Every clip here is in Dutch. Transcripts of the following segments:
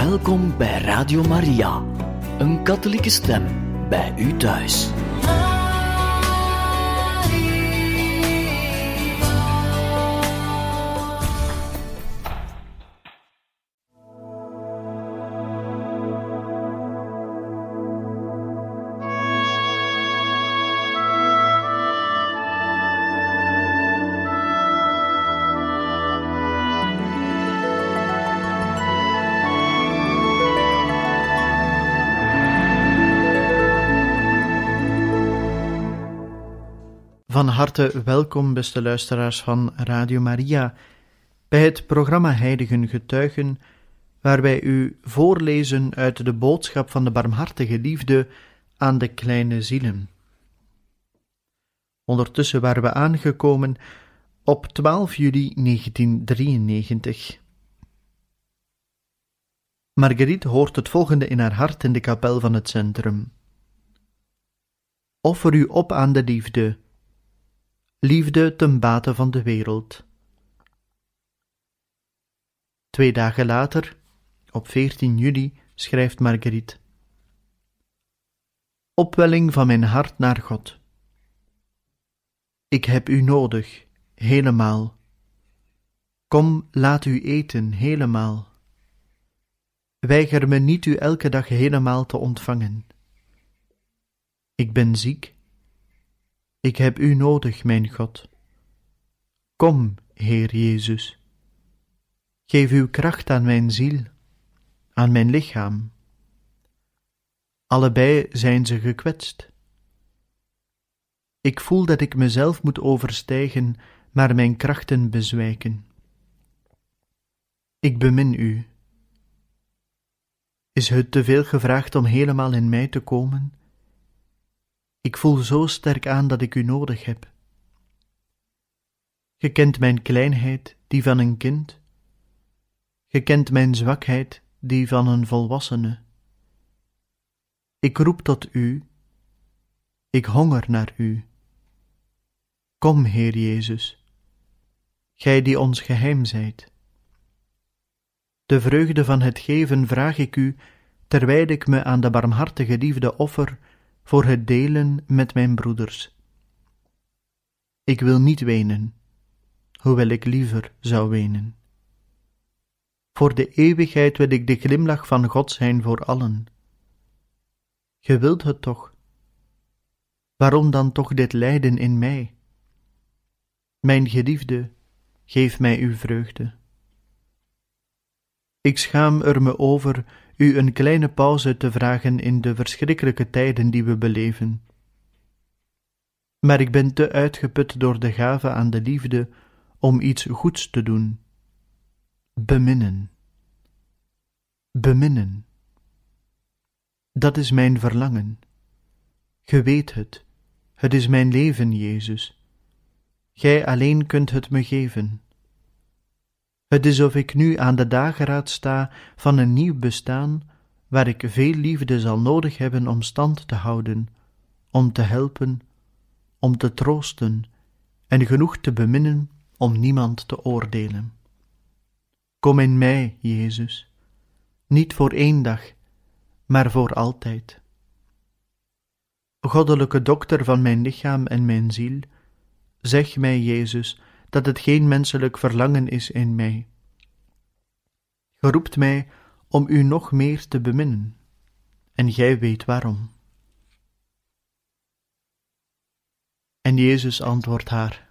Welkom bij Radio Maria, een katholieke stem bij u thuis. Van harte welkom, beste luisteraars van Radio Maria, bij het programma Heiligen Getuigen, waar wij u voorlezen uit de boodschap van de barmhartige liefde aan de kleine zielen. Ondertussen waren we aangekomen op 12 juli 1993. Marguerite hoort het volgende in haar hart in de kapel van het centrum. Offer u op aan de liefde. Liefde ten bate van de wereld. 2 dagen later, op 14 juli, schrijft Marguerite: Opwelling van mijn hart naar God. Ik heb u nodig, helemaal. Kom, laat u eten, helemaal. Weiger me niet u elke dag helemaal te ontvangen. Ik ben ziek. Ik heb u nodig, mijn God. Kom, Heer Jezus. Geef uw kracht aan mijn ziel, aan mijn lichaam. Allebei zijn ze gekwetst. Ik voel dat ik mezelf moet overstijgen, maar mijn krachten bezwijken. Ik bemin u. Is het te veel gevraagd om helemaal in mij te komen? Ik voel zo sterk aan dat ik u nodig heb. Ge kent mijn kleinheid, die van een kind. Ge kent mijn zwakheid, die van een volwassene. Ik roep tot u. Ik honger naar u. Kom, Heer Jezus, gij die ons geheim zijt. De vreugde van het geven vraag ik u, terwijl ik me aan de barmhartige liefde offer voor het delen met mijn broeders. Ik wil niet wenen, hoewel ik liever zou wenen. Voor de eeuwigheid wil ik de glimlach van God zijn voor allen. Ge wilt het toch? Waarom dan toch dit lijden in mij? Mijn geliefde, geef mij uw vreugde. Ik schaam er me over u een kleine pauze te vragen in de verschrikkelijke tijden die we beleven. Maar ik ben te uitgeput door de gave aan de liefde om iets goeds te doen. Beminnen. Beminnen. Dat is mijn verlangen. Ge weet het. Het is mijn leven, Jezus. Gij alleen kunt het me geven. Het is of ik nu aan de dageraad sta van een nieuw bestaan, waar ik veel liefde zal nodig hebben om stand te houden, om te helpen, om te troosten en genoeg te beminnen om niemand te oordelen. Kom in mij, Jezus, niet voor 1 dag, maar voor altijd. Goddelijke dokter van mijn lichaam en mijn ziel, zeg mij, Jezus, dat het geen menselijk verlangen is in mij. Ge roept mij om u nog meer te beminnen, en gij weet waarom. En Jezus antwoordt haar: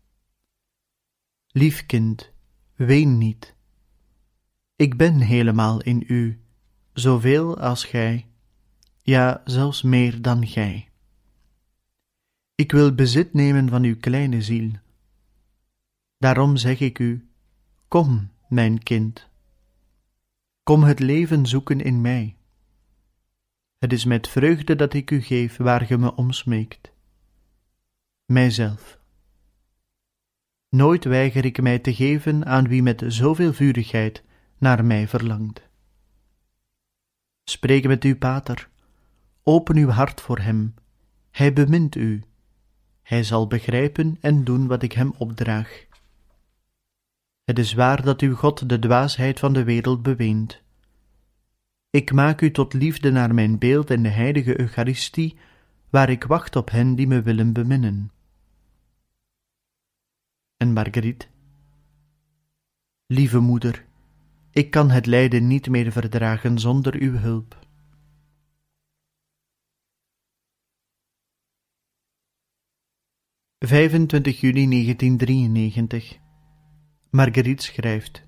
Lief kind, ween niet. Ik ben helemaal in u, zoveel als gij, ja, zelfs meer dan gij. Ik wil bezit nemen van uw kleine ziel. Daarom zeg ik u, kom, mijn kind. Kom het leven zoeken in mij. Het is met vreugde dat ik u geef waar ge me om smeekt. Mijzelf. Nooit weiger ik mij te geven aan wie met zoveel vurigheid naar mij verlangt. Spreek met uw pater, open uw hart voor hem, hij bemint u. Hij zal begrijpen en doen wat ik hem opdraag. Het is waar dat uw God de dwaasheid van de wereld beweent. Ik maak u tot liefde naar mijn beeld in de heilige Eucharistie, waar ik wacht op hen die me willen beminnen. En Marguerite: Lieve moeder, ik kan het lijden niet meer verdragen zonder uw hulp. ...25 juli 1993. Marguerite schrijft: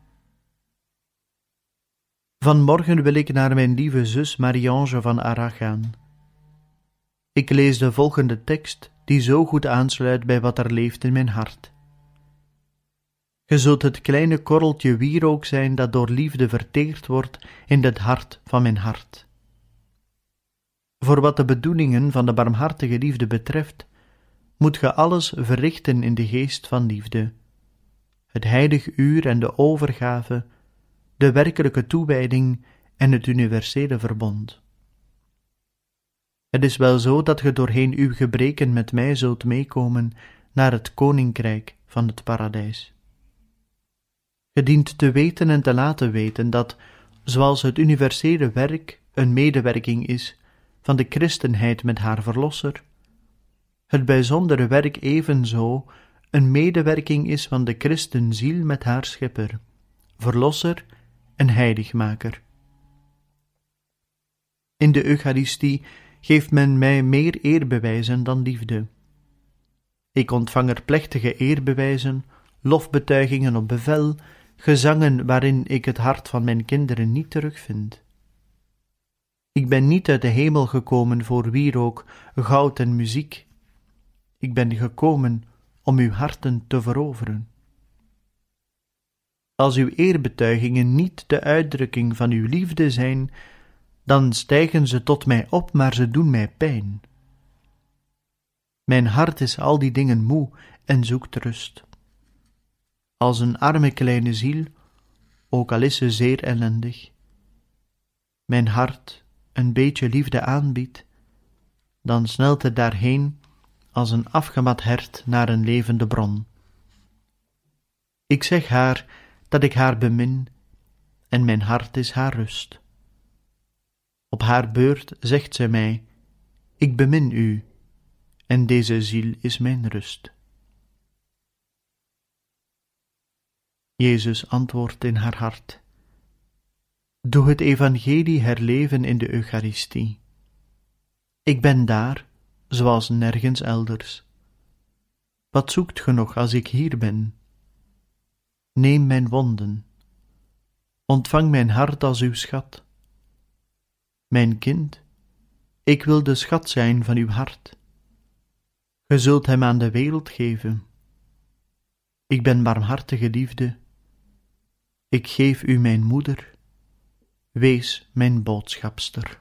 Vanmorgen wil ik naar mijn lieve zus Marie-Ange van Arras gaan. Ik lees de volgende tekst, die zo goed aansluit bij wat er leeft in mijn hart. Ge zult het kleine korreltje wierook zijn dat door liefde verteerd wordt in het hart van mijn hart. Voor wat de bedoelingen van de barmhartige liefde betreft, moet ge alles verrichten in de geest van liefde. Het heilig uur en de overgave, de werkelijke toewijding en het universele verbond. Het is wel zo dat ge doorheen uw gebreken met mij zult meekomen naar het koninkrijk van het paradijs. Ge dient te weten en te laten weten dat, zoals het universele werk een medewerking is van de christenheid met haar verlosser, het bijzondere werk evenzo een medewerking is van de christenziel met haar schepper, verlosser en heiligmaker. In de Eucharistie geeft men mij meer eerbewijzen dan liefde. Ik ontvang er plechtige eerbewijzen, lofbetuigingen op bevel, gezangen waarin ik het hart van mijn kinderen niet terugvind. Ik ben niet uit de hemel gekomen voor wierook, goud en muziek. Ik ben gekomen om uw harten te veroveren. Als uw eerbetuigingen niet de uitdrukking van uw liefde zijn, dan stijgen ze tot mij op, maar ze doen mij pijn. Mijn hart is al die dingen moe en zoekt rust. Als een arme kleine ziel, ook al is ze zeer ellendig, mijn hart een beetje liefde aanbiedt, dan snelt het daarheen als een afgemat hert naar een levende bron. Ik zeg haar dat ik haar bemin, en mijn hart is haar rust. Op haar beurt zegt zij mij: ik bemin u, en deze ziel is mijn rust. Jezus antwoordt in haar hart: doe het evangelie herleven in de Eucharistie. Ik ben daar, zoals nergens elders. Wat zoekt ge nog als ik hier ben? Neem mijn wonden. Ontvang mijn hart als uw schat. Mijn kind, ik wil de schat zijn van uw hart. Ge zult hem aan de wereld geven. Ik ben barmhartige liefde. Ik geef u mijn moeder. Wees mijn boodschapster.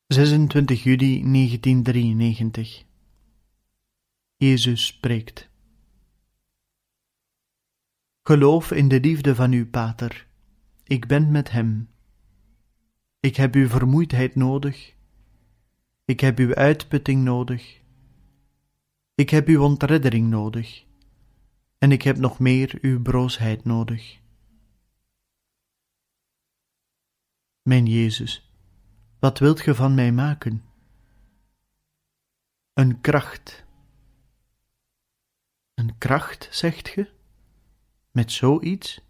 26 juli 1993. Jezus spreekt. Geloof in de liefde van uw Pater. Ik ben met hem. Ik heb uw vermoeidheid nodig. Ik heb uw uitputting nodig. Ik heb uw ontreddering nodig. En ik heb nog meer uw broosheid nodig. Mijn Jezus, wat wilt ge van mij maken? Een kracht. Een kracht, zegt ge? Met zoiets?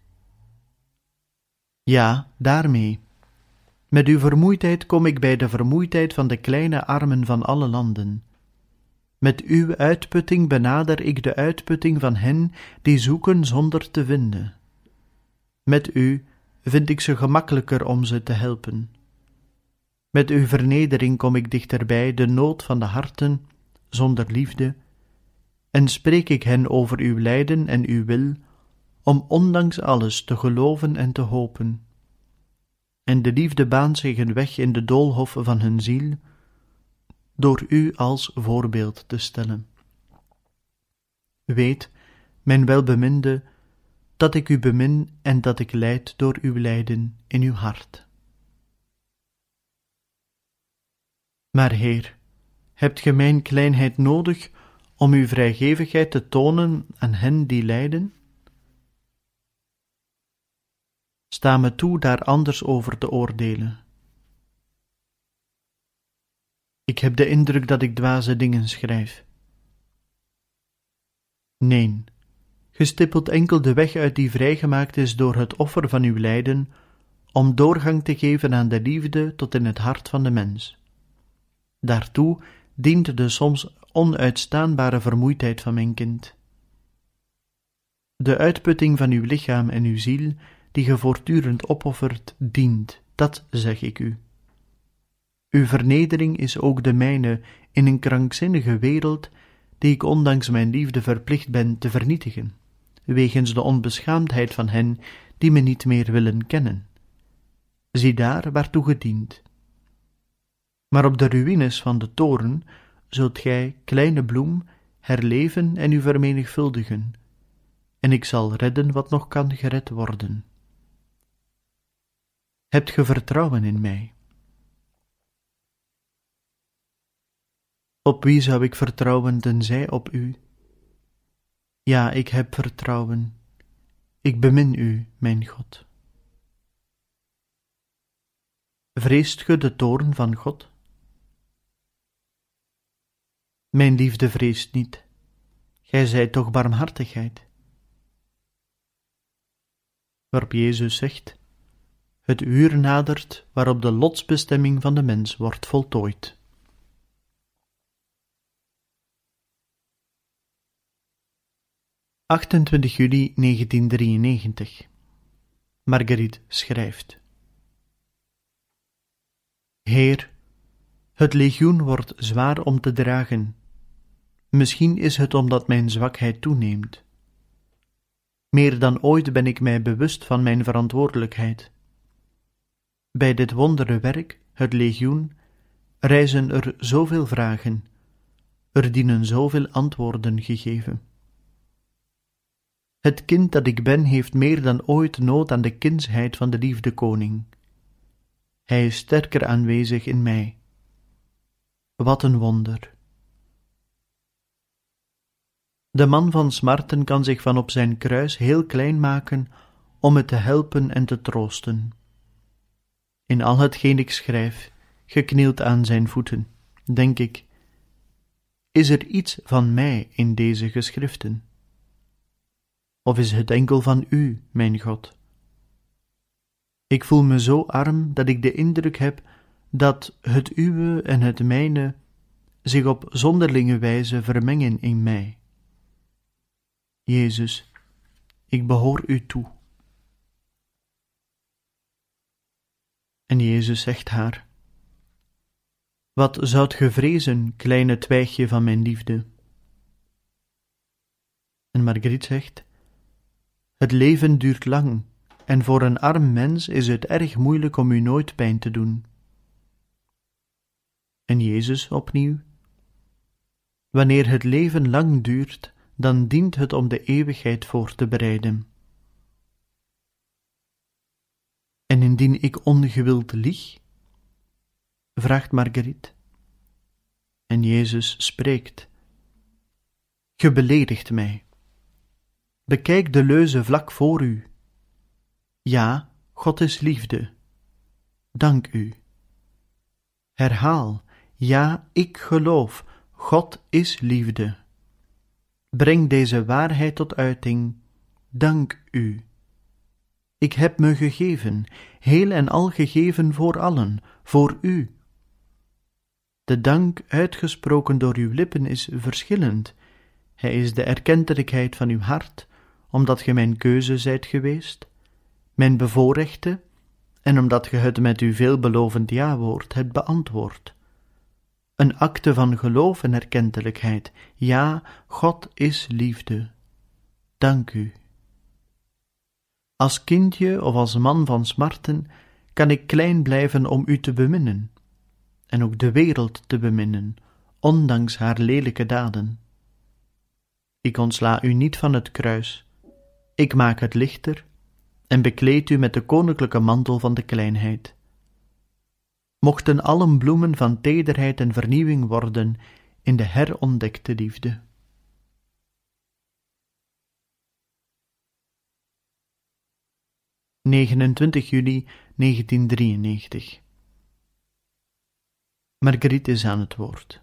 Ja, daarmee. Met uw vermoeidheid kom ik bij de vermoeidheid van de kleine armen van alle landen. Met uw uitputting benader ik de uitputting van hen die zoeken zonder te vinden. Met u vind ik ze gemakkelijker om ze te helpen. Met uw vernedering kom ik dichterbij de nood van de harten zonder liefde, en spreek ik hen over uw lijden en uw wil, om ondanks alles te geloven en te hopen. En de liefde baant zich een weg in de doolhof van hun ziel, door u als voorbeeld te stellen. Weet, mijn welbeminde, dat ik u bemin en dat ik lijd door uw lijden in uw hart. Maar Heer, hebt ge mijn kleinheid nodig om uw vrijgevigheid te tonen aan hen die lijden? Sta me toe daar anders over te oordelen. Ik heb de indruk dat ik dwaze dingen schrijf. Nee, ge stippelt enkel de weg uit die vrijgemaakt is door het offer van uw lijden, om doorgang te geven aan de liefde tot in het hart van de mens. Daartoe dient de soms onuitstaanbare vermoeidheid van mijn kind. De uitputting van uw lichaam en uw ziel, die ge voortdurend opoffert, dient, dat zeg ik u. Uw vernedering is ook de mijne in een krankzinnige wereld, die ik ondanks mijn liefde verplicht ben te vernietigen, wegens de onbeschaamdheid van hen die me niet meer willen kennen. Ziedaar waartoe ge dient. Maar op de ruïnes van de toren zult gij, kleine bloem, herleven en u vermenigvuldigen, en ik zal redden wat nog kan gered worden. Hebt ge vertrouwen in mij? Op wie zou ik vertrouwen tenzij op u? Ja, ik heb vertrouwen. Ik bemin u, mijn God. Vreest ge de toorn van God? Mijn liefde vreest niet. Gij zijt toch barmhartigheid? Waarop Jezus zegt: het uur nadert waarop de lotsbestemming van de mens wordt voltooid. ...28 juli 1993. Marguerite schrijft: Heer, het legioen wordt zwaar om te dragen. Misschien is het omdat mijn zwakheid toeneemt. Meer dan ooit ben ik mij bewust van mijn verantwoordelijkheid. Bij dit wondere werk, het legioen, rijzen er zoveel vragen, er dienen zoveel antwoorden gegeven. Het kind dat ik ben heeft meer dan ooit nood aan de kindsheid van de liefde koning. Hij is sterker aanwezig in mij. Wat een wonder! De man van smarten kan zich van op zijn kruis heel klein maken om het te helpen en te troosten. In al hetgeen ik schrijf, geknield aan zijn voeten, denk ik: is er iets van mij in deze geschriften? Of is het enkel van u, mijn God? Ik voel me zo arm dat ik de indruk heb dat het uwe en het mijne zich op zonderlinge wijze vermengen in mij. Jezus, ik behoor u toe. En Jezus zegt haar: wat zoudt ge vrezen, kleine twijgje van mijn liefde? En Marguerite zegt: het leven duurt lang, en voor een arm mens is het erg moeilijk om u nooit pijn te doen. En Jezus opnieuw: wanneer het leven lang duurt, dan dient het om de eeuwigheid voor te bereiden. En indien ik ongewild lieg? Vraagt Marguerite. En Jezus spreekt: ge beledigt mij. Bekijk de leuze vlak voor u. Ja, God is liefde. Dank u. Herhaal: ja, ik geloof, God is liefde. Breng deze waarheid tot uiting. Dank u. Ik heb me gegeven, heel en al gegeven voor allen, voor u. De dank uitgesproken door uw lippen is verschillend. Hij is de erkentelijkheid van uw hart, omdat ge mijn keuze zijt geweest, mijn bevoorrechte, en omdat ge het met uw veelbelovend ja-woord hebt beantwoord. Een akte van geloof en erkentelijkheid. Ja, God is liefde. Dank u. Als kindje of als man van smarten kan ik klein blijven om u te beminnen, en ook de wereld te beminnen, ondanks haar lelijke daden. Ik ontsla u niet van het kruis, ik maak het lichter en bekleed u met de koninklijke mantel van de kleinheid. Mochten allen bloemen van tederheid en vernieuwing worden in de herontdekte liefde. ...29 juli 1993. Marguerite is aan het woord.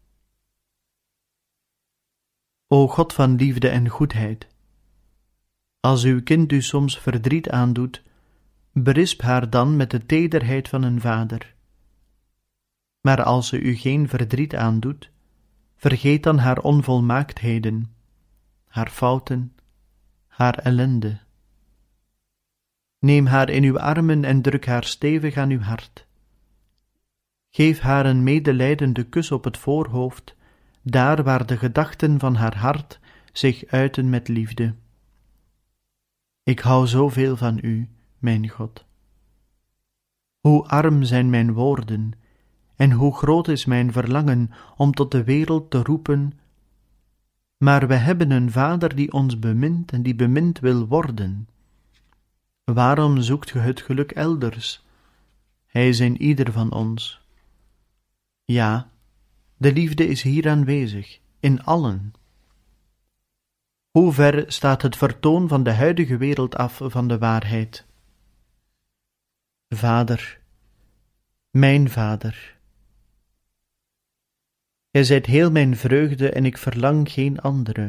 O God van liefde en goedheid, als uw kind u soms verdriet aandoet, berisp haar dan met de tederheid van een vader. Maar als ze u geen verdriet aandoet, vergeet dan haar onvolmaaktheden, haar fouten, haar ellende. Neem haar in uw armen en druk haar stevig aan uw hart. Geef haar een medelijdende kus op het voorhoofd, daar waar de gedachten van haar hart zich uiten met liefde. Ik hou zoveel van u, mijn God. Hoe arm zijn mijn woorden, en hoe groot is mijn verlangen om tot de wereld te roepen, maar we hebben een Vader die ons bemint en die bemind wil worden. Waarom zoekt ge het geluk elders? Hij is in ieder van ons. Ja, de liefde is hier aanwezig, in allen. Hoe ver staat het vertoon van de huidige wereld af van de waarheid? Vader, mijn Vader, gij zijt heel mijn vreugde en ik verlang geen andere.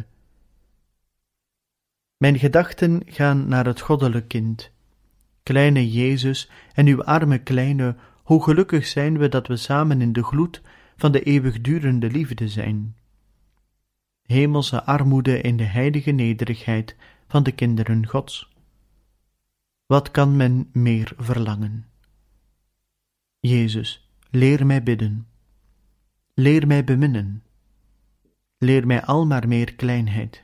Mijn gedachten gaan naar het goddelijk kind, kleine Jezus en uw arme kleine, hoe gelukkig zijn we dat we samen in de gloed van de eeuwigdurende liefde zijn. Hemelse armoede in de heilige nederigheid van de kinderen Gods. Wat kan men meer verlangen? Jezus, leer mij bidden. Leer mij beminnen. Leer mij al maar meer kleinheid.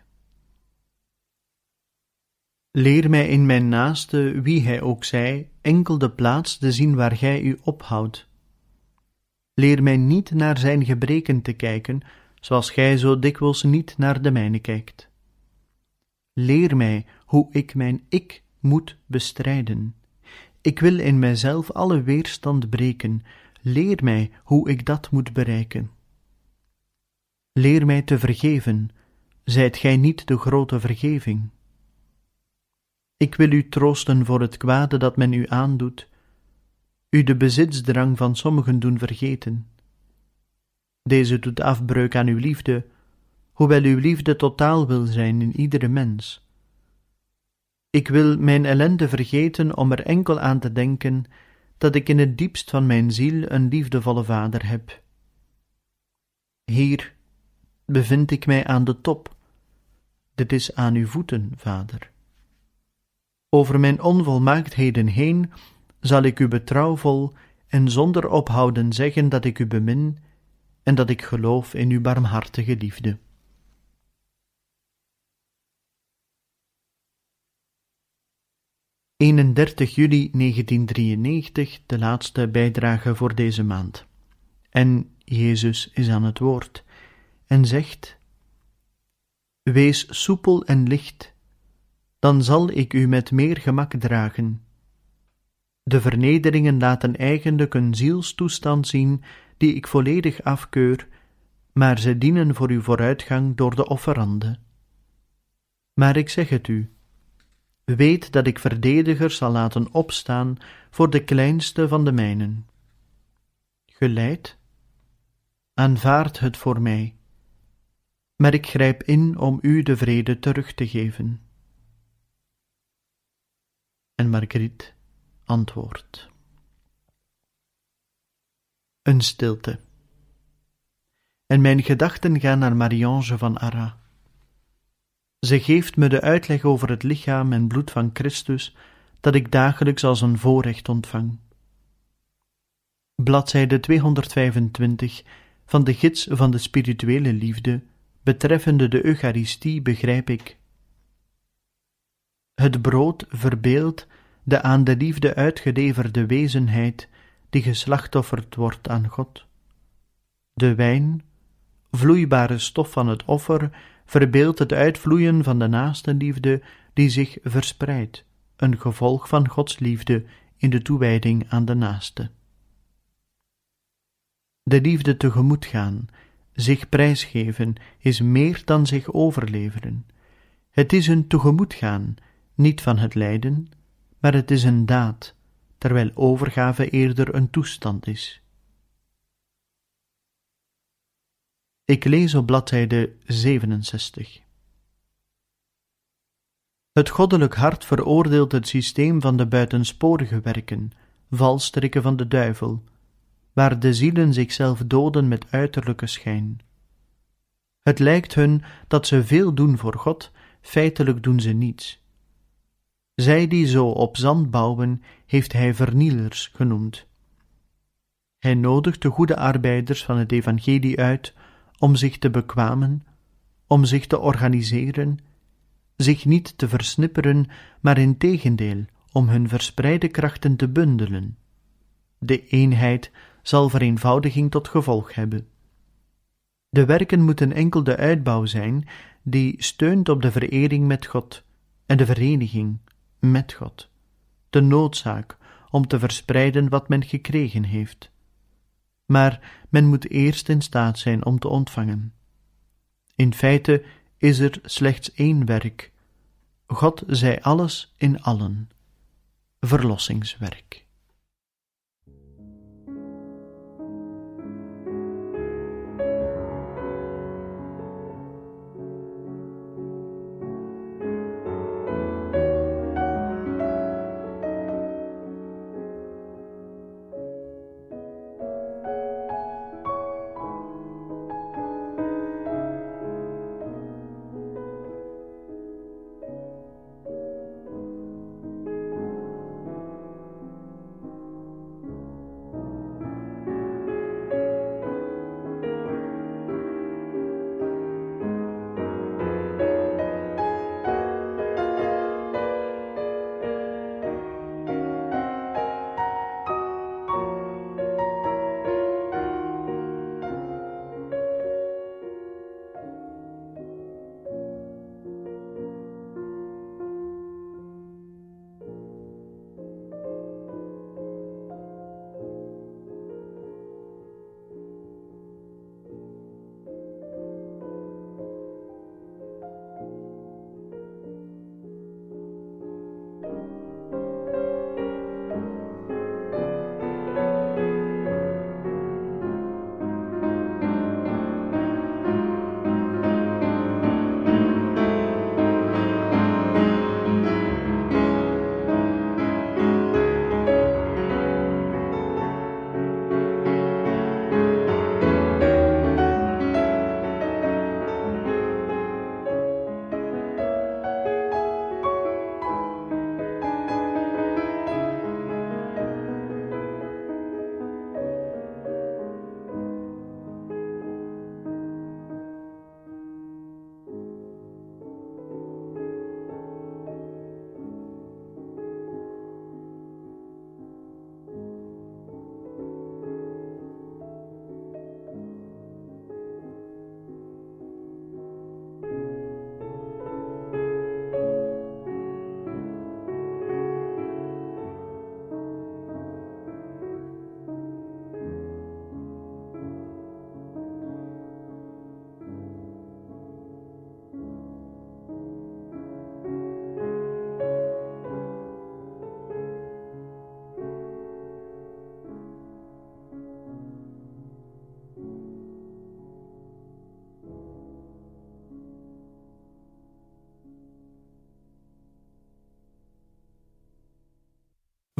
Leer mij in mijn naaste, wie hij ook zij, enkel de plaats te zien waar gij u ophoudt. Leer mij niet naar zijn gebreken te kijken, zoals gij zo dikwijls niet naar de mijne kijkt. Leer mij hoe ik mijn ik moet bestrijden. Ik wil in mijzelf alle weerstand breken. Leer mij hoe ik dat moet bereiken. Leer mij te vergeven. Zijt gij niet de grote vergeving? Ik wil u troosten voor het kwade dat men u aandoet, u de bezitsdrang van sommigen doen vergeten. Deze doet afbreuk aan uw liefde, hoewel uw liefde totaal wil zijn in iedere mens. Ik wil mijn ellende vergeten om er enkel aan te denken dat ik in het diepst van mijn ziel een liefdevolle Vader heb. Hier bevind ik mij aan de top. Dit is aan uw voeten, Vader. Over mijn onvolmaaktheden heen zal ik u betrouwvol en zonder ophouden zeggen dat ik u bemin en dat ik geloof in uw barmhartige liefde. ...31 juli 1993, de laatste bijdrage voor deze maand. En Jezus is aan het woord en zegt: Wees soepel en licht, dan zal ik u met meer gemak dragen. De vernederingen laten eigenlijk een zielstoestand zien die ik volledig afkeur, maar ze dienen voor uw vooruitgang door de offerande. Maar ik zeg het u, weet dat ik verdedigers zal laten opstaan voor de kleinste van de mijnen. Ge lijdt? Aanvaard het voor mij, maar ik grijp in om u de vrede terug te geven. En Marguerite antwoordt. Een stilte. En mijn gedachten gaan naar Marie-Ange van Arras. Ze geeft me de uitleg over het lichaam en bloed van Christus, dat ik dagelijks als een voorrecht ontvang. Bladzijde 225 van de gids van de spirituele liefde, betreffende de Eucharistie, begrijp ik: het brood verbeeldt de aan de liefde uitgeleverde wezenheid die geslachtofferd wordt aan God. De wijn, vloeibare stof van het offer, verbeeldt het uitvloeien van de naastenliefde die zich verspreidt, een gevolg van Gods liefde in de toewijding aan de naaste. De liefde tegemoet gaan, zich prijsgeven, is meer dan zich overleveren. Het is een tegemoetgaan, niet van het lijden, maar het is een daad, terwijl overgave eerder een toestand is. Ik lees op bladzijde 67. Het goddelijk hart veroordeelt het systeem van de buitensporige werken, valstrikken van de duivel, waar de zielen zichzelf doden met uiterlijke schijn. Het lijkt hun dat ze veel doen voor God, feitelijk doen ze niets. Zij die zo op zand bouwen, heeft hij vernielers genoemd. Hij nodigt de goede arbeiders van het evangelie uit om zich te bekwamen, om zich te organiseren, zich niet te versnipperen, maar integendeel om hun verspreide krachten te bundelen. De eenheid zal vereenvoudiging tot gevolg hebben. De werken moeten enkel de uitbouw zijn die steunt op de verering met God en de vereniging met God, de noodzaak om te verspreiden wat men gekregen heeft. Maar men moet eerst in staat zijn om te ontvangen. In feite is er slechts één werk: God zij alles in allen. Verlossingswerk.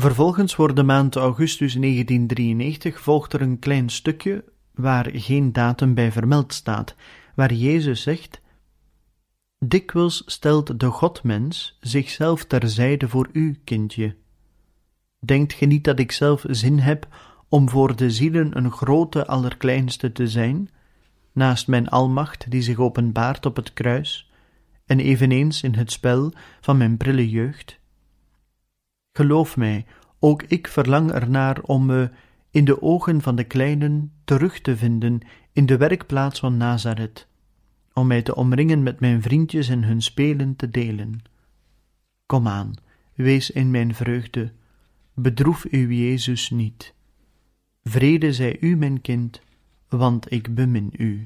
Vervolgens voor de maand augustus 1993 volgt er een klein stukje waar geen datum bij vermeld staat, waar Jezus zegt: dikwijls stelt de Godmens zichzelf terzijde voor u, kindje. Denkt ge niet dat ik zelf zin heb om voor de zielen een grote allerkleinste te zijn, naast mijn almacht die zich openbaart op het kruis, en eveneens in het spel van mijn prille jeugd? Geloof mij, ook ik verlang ernaar om me in de ogen van de kleinen terug te vinden in de werkplaats van Nazareth, om mij te omringen met mijn vriendjes en hun spelen te delen. Kom aan, wees in mijn vreugde, bedroef uw Jezus niet. Vrede zij u, mijn kind, want ik bemin u.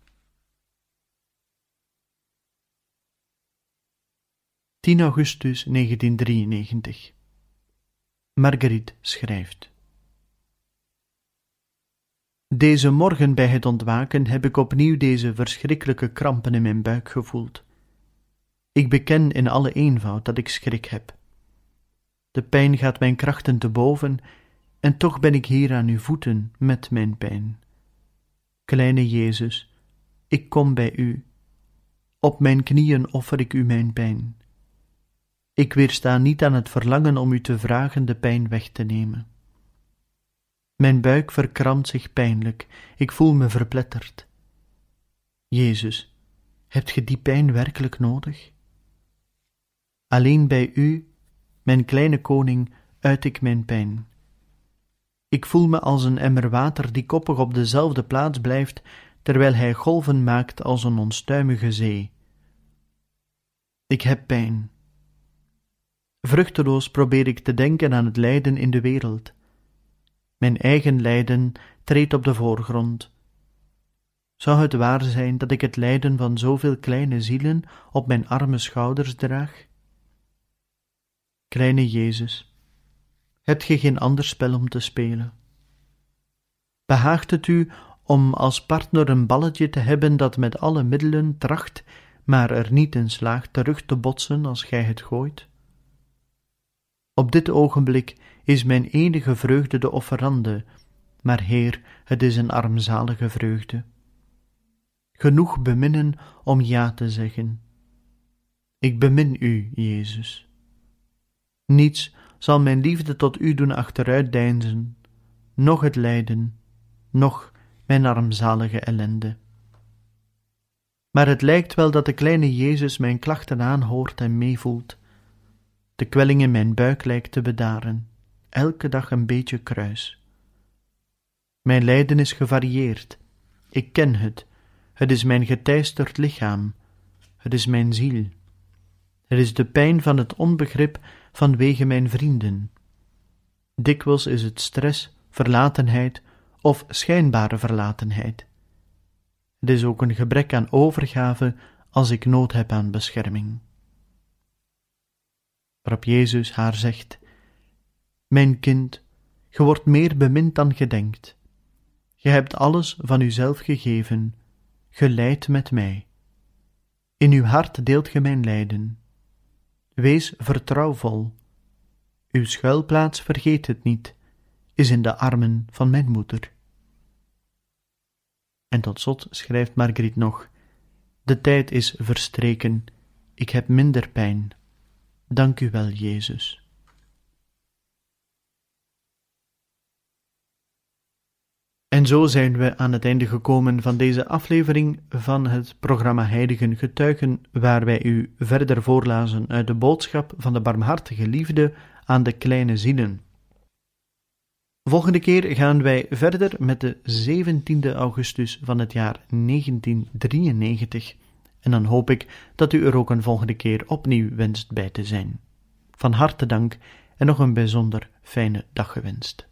Augustus 1993. Marguerite schrijft: deze morgen bij het ontwaken heb ik opnieuw deze verschrikkelijke krampen in mijn buik gevoeld. Ik beken in alle eenvoud dat ik schrik heb. De pijn gaat mijn krachten te boven, en toch ben ik hier aan uw voeten met mijn pijn. Kleine Jezus, ik kom bij u. Op mijn knieën offer ik u mijn pijn. Ik weersta niet aan het verlangen om u te vragen de pijn weg te nemen. Mijn buik verkrampt zich pijnlijk, ik voel me verpletterd. Jezus, hebt ge die pijn werkelijk nodig? Alleen bij u, mijn kleine koning, uit ik mijn pijn. Ik voel me als een emmer water die koppig op dezelfde plaats blijft, terwijl hij golven maakt als een onstuimige zee. Ik heb pijn. Vruchteloos probeer ik te denken aan het lijden in de wereld. Mijn eigen lijden treedt op de voorgrond. Zou het waar zijn dat ik het lijden van zoveel kleine zielen op mijn arme schouders draag? Kleine Jezus, hebt ge geen ander spel om te spelen? Behaagt het u om als partner een balletje te hebben dat met alle middelen tracht, maar er niet in slaagt terug te botsen als gij het gooit? Op dit ogenblik is mijn enige vreugde de offerande, maar Heer, het is een armzalige vreugde. Genoeg beminnen om ja te zeggen. Ik bemin u, Jezus. Niets zal mijn liefde tot u doen achteruitdeinzen, noch het lijden, noch mijn armzalige ellende. Maar het lijkt wel dat de kleine Jezus mijn klachten aanhoort en meevoelt. De kwelling in mijn buik lijkt te bedaren, elke dag een beetje kruis. Mijn lijden is gevarieerd, ik ken het is mijn geteisterd lichaam, het is mijn ziel. Het is de pijn van het onbegrip vanwege mijn vrienden. Dikwijls is het stress, verlatenheid of schijnbare verlatenheid. Het is ook een gebrek aan overgave als ik nood heb aan bescherming. Waarop Jezus haar zegt: mijn kind, ge wordt meer bemind dan ge denkt. Ge hebt alles van uzelf gegeven, ge lijdt met mij. In uw hart deelt ge mijn lijden. Wees vertrouwvol. Uw schuilplaats, vergeet het niet, is in de armen van mijn moeder. En tot slot schrijft Marguerite nog: de tijd is verstreken, ik heb minder pijn. Dank u wel, Jezus. En zo zijn we aan het einde gekomen van deze aflevering van het programma Heiligen Getuigen, waar wij u verder voorlazen uit de boodschap van de barmhartige liefde aan de kleine zielen. Volgende keer gaan wij verder met de 17e augustus van het jaar 1993 en dan hoop ik dat u er ook een volgende keer opnieuw wenst bij te zijn. Van harte dank en nog een bijzonder fijne dag gewenst.